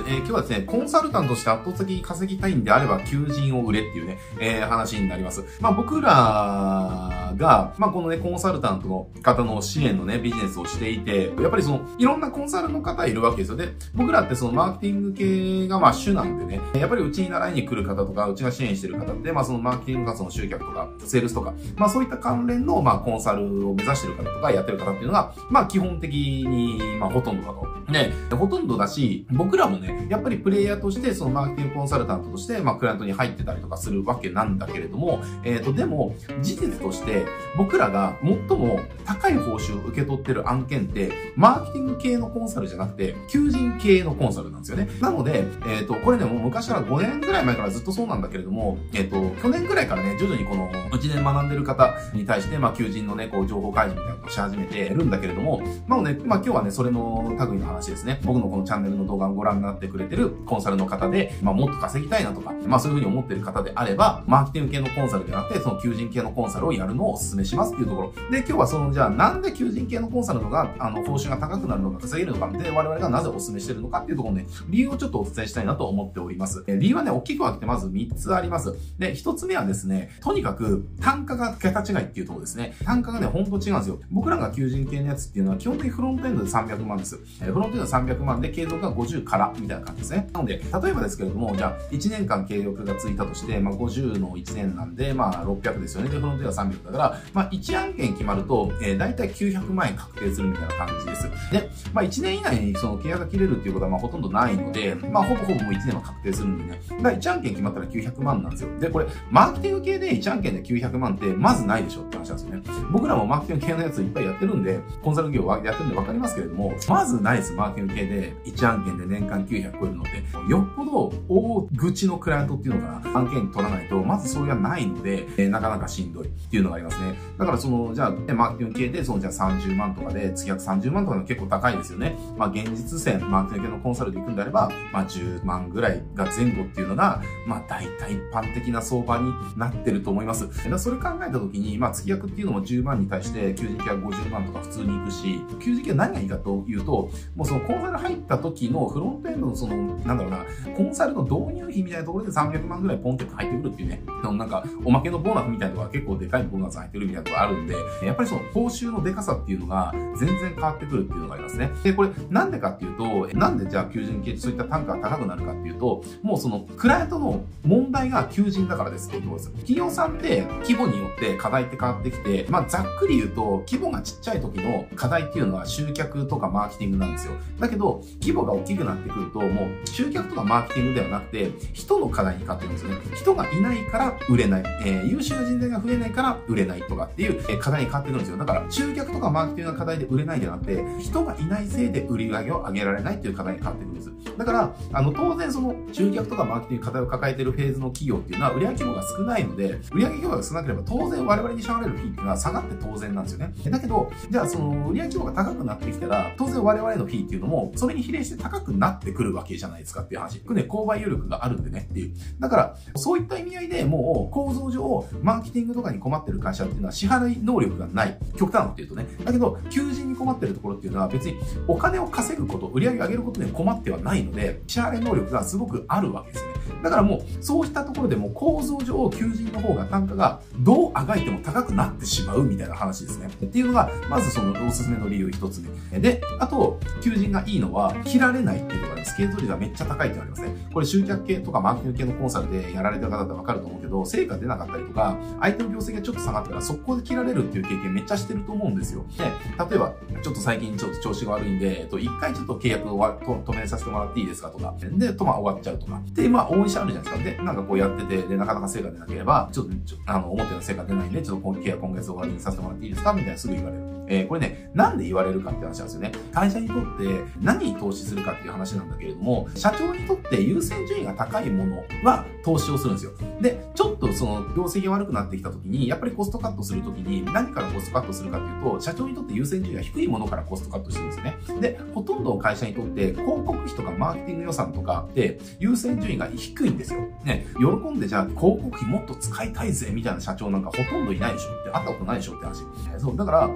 今日はですね、コンサルタントとして圧倒的稼ぎたいんであれば求人を売れっていうね、話になります。僕らが、このね、コンサルタントの方の支援のね、ビジネスをしていて、やっぱりいろんなコンサルの方いるわけですよ。で、僕らってマーケティング系が主なんでね、やっぱりうちに習いに来る方とか、うちが支援してる方って、マーケティング活動の集客とか、セールスとか、そういった関連の、コンサルを目指してる方とか、やってる方っていうのが、基本的に、ほとんどだと。ね、ほとんどだし、僕らもね、やっぱりプレイヤーとして、マーケティングコンサルタントとして、クライアントに入ってたりとかするわけなんだけれども、でも、事実として、僕らが最も高い報酬を受け取ってる案件って、マーケティング系のコンサルじゃなくて、求人系のコンサルなんですよね。なので、これね、もう昔から5年ぐらい前からずっとそうなんだけれども、去年ぐらいからね、徐々にこの1年学んでる方に対して、求人のね、情報開示みたいなのをし始めてるんだけれども、今日はね、それの類の話ですね。僕のこのチャンネルの動画をご覧になってくれてるコンサルの方で、もっと稼ぎたいなとか、そういうふうに思ってる方であれば、マーケティング系のコンサルではなくて、求人系のコンサルをやるのをお勧めしますっていうところ。で、今日はじゃあなんで求人系のコンサルのが、報酬が高くなるのか稼げるのか、で、我々がなぜお勧めしてるのかっていうところね、理由をちょっとお伝えしたいなと思っております。理由はね、大きく分けてまず3つあります。で、1つ目はですね、とにかく単価が桁違いっていうところですね。単価がね、ほんと違うんですよ。僕らが求人系のやつっていうのは基本的にフロントエンドで300万です。フロントエンドで300万で継続が50からみたいな感じですね。なので、例えばですけれども、じゃあ1年間継続がついたとして、50の1年なんで、600ですよね。で、フロントエンドは300だから、1案件決まると、だいたい900万円確定するみたいな感じです。で、1年以内に契約が切れるっていうことはほとんどないので、ほぼもう1年は確定するんでね。だから1案件決まったら900万なんですよ。で、これ、マーケティング系で1案件で900万ってまずないでしょって話なんですよね。僕らもマーケティング系のやついっぱいやってるんで、コンサル業はやってるんでわかりますけれども、まずないです。マーケティング系で1案件で年間900超えるのって、よっぽど大口のクライアントっていうのが案件取らないと、まずそれがないので、なかなかしんどいっていうのがありますね。だからじゃあ、マーケティング系で、じゃあ30万とかで、月額30万とかの結構高いですよね。現実線、マーケティング系のコンサルで行くんであれば、10万ぐらいが前後っていうのが、大体一般的な相場になってると思います。それ考えたときに、月額っていうのも10万に対して、求人系は50万とか普通に行くし、求人系は何がいいかというと、もうコンサル入った時のフロントエンドのコンサルの導入費みたいなところで300万ぐらいポンって入ってくるっていうね、おまけのボーナスみたいなところが結構でかいボーナス入ってくるみたいなところがあるんで、やっぱり報酬のでかさっていうのが全然変わってくるっていうのがありますね。で、これなんでかっていうと、なんでじゃあ求人系そういった単価が高くなるかっていうと、もうクライアントの問題が求人だからですっていうところです。企業さんって規模によって課題って変わってきて、ざっくり言うと規模がちっちゃい時の課題っていうのは集客とかマーケティングなんですよ。だけど、規模が大きくなってくると、もう集客とかマーケティングではなくて、人の課題に変わってくるんですよね。人がいないから売れない。優秀な人材が増えないから売れないとかっていう課題に変わってくるんですよ。だから、集客とかマーケティングの課題で売れないじゃなくて、人がいないせいで売り上げを上げられないっていう課題に変わってくるんです。だから、当然集客とかマーケティング課題を抱えているフェーズの企業っていうのは売上規模が少ないので、売上規模が少なければ当然我々に支払われるフィーっていうのは下がって当然なんですよね。だけど、じゃあ売上規模が高くなってきたら、当然我々のフィーっていうのも、それに比例して高くなってくるわけじゃないですかっていう話。購買余力があるんでねっていう。だから、そういった意味合いでもう構造上、マーケティングとかに困ってる会社っていうのは支払い能力がない。極端なこと言うとね。だけど、求人に困ってるところっていうのは別にお金を稼ぐこと、売り上げを上げることに困ってはないので、支払い能力がすごくあるわけですね。だからもう、そうしたところでも構造上、求人の方が単価がどうあがいても高くなってしまうみたいな話ですね。っていうのが、まずおすすめの理由一つ目。で、あと、求人がいいのは、切られないっていうところです。継続率がめっちゃ高いってありますね。これ集客系とかマーケティング系のコンサルでやられてる方ってわかると思うけど、成果出なかったりとか、相手の業績がちょっと下がったら速攻で切られるっていう経験めっちゃしてると思うんですよ。で、例えば、ちょっと最近ちょっと調子が悪いんで、一回ちょっと契約を止めさせてもらっていいですかとか、で、終わっちゃうとか。で、大西あるじゃないですか。で、やってて、で、なかなか成果出なければ、ちょっと、思ったような成果出ないんで、ちょっと契約今月終わりにさせてもらっていいですかみたいなすぐ言われる。これね、なんで言われるかって話なんですよね。会社にとって何に投資するかっていう話なんだけれども、社長にとって優先順位が高いものは投資をするんですよ。で、ちょっと業績が悪くなってきた時に、やっぱりコストカットする時に何からコストカットするかっていうと、社長にとって優先順位が低いものからコストカットしてるんですよね。で、ほとんどの会社にとって広告費とかマーケティング予算とかって優先順位が低いんですよ。ね、喜んでじゃあ広告費もっと使いたいぜみたいな社長なんかほとんどいないでしょって、会ったことないでしょって話。そう、だから、だけど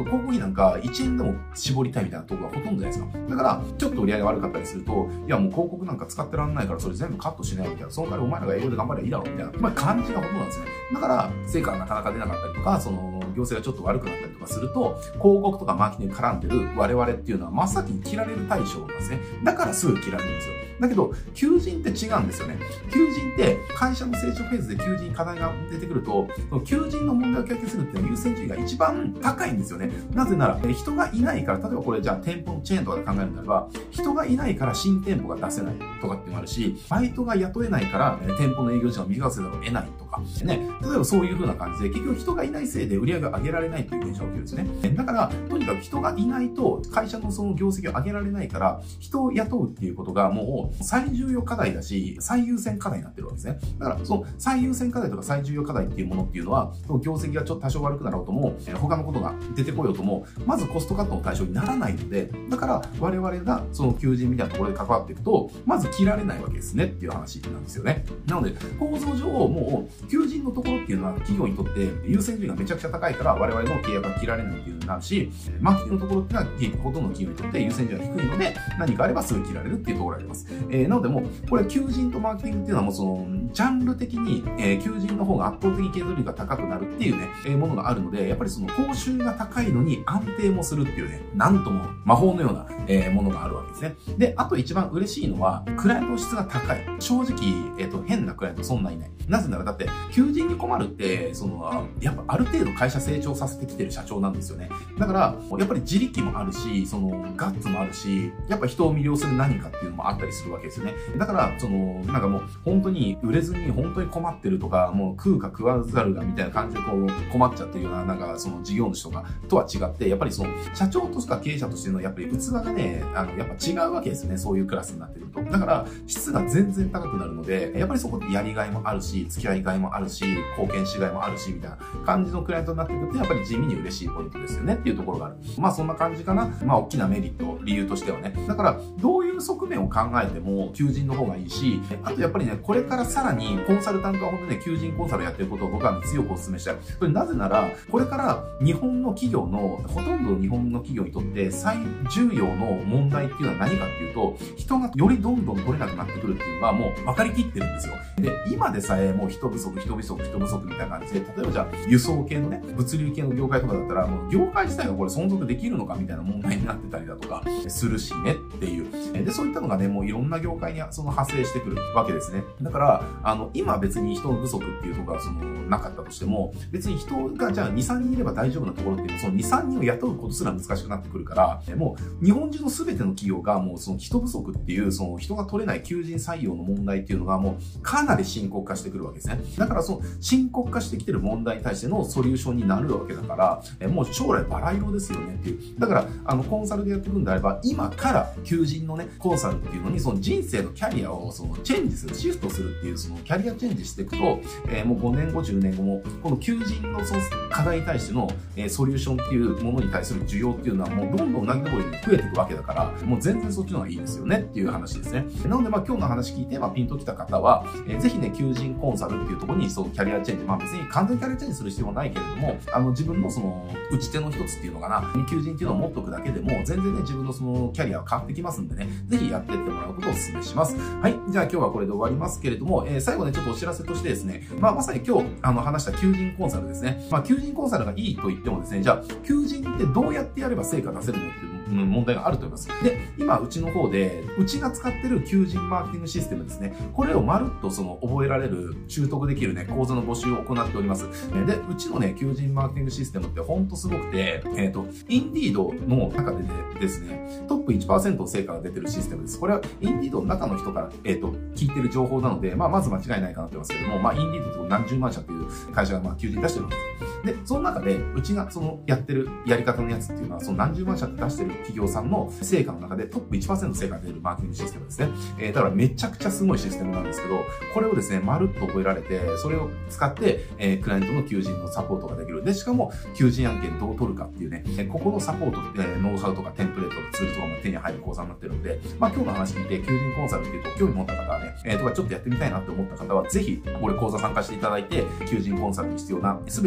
広告費なんか1円でも絞りたいみたいなところがほとんどじゃないですか。だから、ちょっと売り上げ悪かったりすると、いやもう広告なんか使ってらんないからそれ全部カットしないみたいな、その代わりお前らが英語で頑張ればいいだろうみたいな、感じがほとんどなんですね。だから、成果がなかなか出なかったりとか、業政がちょっと悪くなったりとかすると、広告とかマーケティングに絡んでる我々っていうのは真っ先に切られる対象なんですね。だからすぐ切られるんですよ。だけど、求人って違うんですよね。求人って会社の成長フェーズで求人に課題が出てくると、求人の問題を解決するっていうのは優先順位が一番高いんですよね。なぜなら、人がいないから、例えばこれじゃあ店舗のチェーンとかで考えるんであれば、人がいないから新店舗が出せないとかっていうのもあるし、バイトが雇えないから店舗の営業時間を短くせざるを得ないとか、ね、例えばそういう風な感じで、結局人がいないせいで売り上げを上げられないという現象が起きるんですね。だから、とにかく人がいないと会社のその業績を上げられないから、人を雇うっていうことがもう最重要課題だし、最優先課題になってるわけですね。だから、その最優先課題とか最重要課題っていうものっていうのは、業績がちょっと多少悪くなろうとも、他のことが出てこようとも、まずコストカットの対象にならないので、だから我々がその求人みたいなところで関わっていくと、まず切られないわけですねっていう話なんですよね。なので、構造上、もう求人のところっていうのは企業にとって優先順位がめちゃくちゃ高いから我々の契約が切られないっていうのになるし、マーケティングのところっていうのはほとんどの企業にとって優先順位が低いので、何かあればすぐ切られるっていうところがあります。なのでもう、これ求人とマーケティングっていうのはもうその、ジャンル的に、求人の方が圧倒的に継続率が高くなるっていうね、ものがあるので、やっぱりその報酬が高いのに安定もするっていうね、なんとも魔法のような、ものがあるわけですね。で、あと一番嬉しいのは、クライアントの質が高い。正直、変なクライアントそんないない。なぜならだって、求人に困るって、やっぱある程度会社成長させてきてる社長なんですよね。だから、やっぱり自力もあるし、ガッツもあるし、やっぱ人を魅了する何かっていうのもあったりするわけですよね。だから、なんかもう、本当に売れずに本当に困ってるとか、もう食うか食わざるがみたいな感じでこう困っちゃってるような、なんか事業主とかとは違って、やっぱり社長とか経営者としてのやっぱり器がね、やっぱ違うわけですね。そういうクラスになってくると。だから、質が全然高くなるので、やっぱりそこでやりがいもあるし、付き合いがいもあるし、貢献しがいもあるし、みたいな感じのクライアントになってくると、やっぱり地味に嬉しいポイントですよねっていうところがある。まあそんな感じかな。まあ大きなメリット、理由としてはね。だから、どういう側面を考えても求人の方がいいし、あとやっぱりね、これからさらにコンサルタントは本当にね、求人コンサルやってることを僕は強くお勧めしたい。それなぜなら、これから日本の企業の、ほとんど日本の企業にとって最重要の問題っていうのは何かっていうと、人がよりどんどん取れなくなってくるっていうのがもう分かりきってるんですよ。で、今でさえもう人不足みたいな感じで、例えばじゃあ輸送系のね、物流系の業界とかだったら、もう業界自体がこれ存続できるのかみたいな問題になってたりだとかするしねっていう。で、そういったのがね、もういろんな業界に派生してくるわけですね。だから、今別に人不足っていうところがなかったとしても、別に人がじゃあ2、3人いれば大丈夫なところっていうのは、その2、3人を雇うことすら難しくなってくるから、もう日本中の全ての企業がもう人不足っていう、人が取れない求人採用の問題っていうのがもうかなり深刻化してくるわけですね。だから深刻化してきてる問題に対してのソリューションになるわけだから、もう将来バラ色ですよねっていう。だから、コンサルでやっていくんであれば、今から求人のね、コンサルっていうのに、人生のキャリアをチェンジする、シフトするっていう、キャリアチェンジしていくと、もう5年後、10年後も、この求人の課題に対しての、ソリューションっていうものに対する需要っていうのは、もうどんどんうなぎ登りに増えていくわけだから、もう全然そっちの方がいいですよねっていう話ですね。なので、今日の話聞いて、ピンときた方は、ぜひね、求人コンサルっていうところに、キャリアチェンジ、別に完全にキャリアチェンジする必要はないけれども、自分の打ち手の一つっていうのかな、求人っていうのを持っとくだけでも、全然ね、自分のキャリアは変わってきますんでね、ぜひやってってもらうことをお勧めします。はい。じゃあ今日はこれで終わりますけれども、最後ね、ちょっとお知らせとしてですね、まさに今日、話した求人コンサルですね。求人コンサルがいいと言ってもですね、じゃあ、求人ってどうやってやれば成果出せるのっていう問題があると思います。で、今、うちの方で、うちが使ってる求人マーケティングシステムですね。これをまるっと覚えられる、習得できるね、講座の募集を行っております。で、うちのね、求人マーケティングシステムってほんとすごくて、インディードの中でですね、トップ 1% の成果が出てるシステムです。これはインディードの中の人から、聞いてる情報なので、まず間違いないかなと思いますけれども、インディードって何十万社っていう会社が求人出してるんです。で、その中で、うちがやってるやり方のやつっていうのは、何十万社って出してる企業さんの成果の中でトップ 1% の成果が出るマーケティングシステムですね。だからめちゃくちゃすごいシステムなんですけど、これをですね、まるっと覚えられて、それを使って、クライアントの求人のサポートができる。で、しかも、求人案件どう取るかっていうね、ここのサポート、ノウハウとかテンプレートとかツールとかも手に入る講座になってるので、今日の話聞いて、求人コンサルっていうと興味持った方はね、とかちょっとやってみたいなって思った方は、ぜひ、これ講座参加していただいて、求人コンサルに必要な全てをね、手に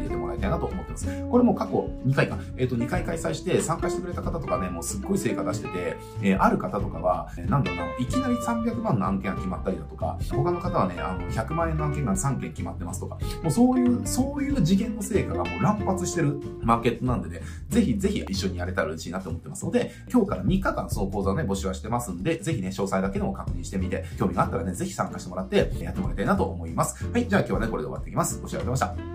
入れてもらいたいなと思ってます。これも過去2回か。2回開催して参加してくれた方とかね、もうすっごい成果出してて、ある方とかは、なんだろうな、いきなり300万の案件が決まったりだとか、他の方はね、100万円の案件が3件決まってますとか、もうそういう次元の成果がもう乱発してるマーケットなんでね、ぜひぜひ一緒にやれたら嬉しいなと思ってますので、今日から3日間その講座をね、募集はしてますんで、ぜひね、詳細だけでも確認してみて、興味があったらね、ぜひ参加してもらって、やってもらいたいなと思います。はい、じゃあ今日はね、これで終わっていきます。ご視聴ありがとうございました。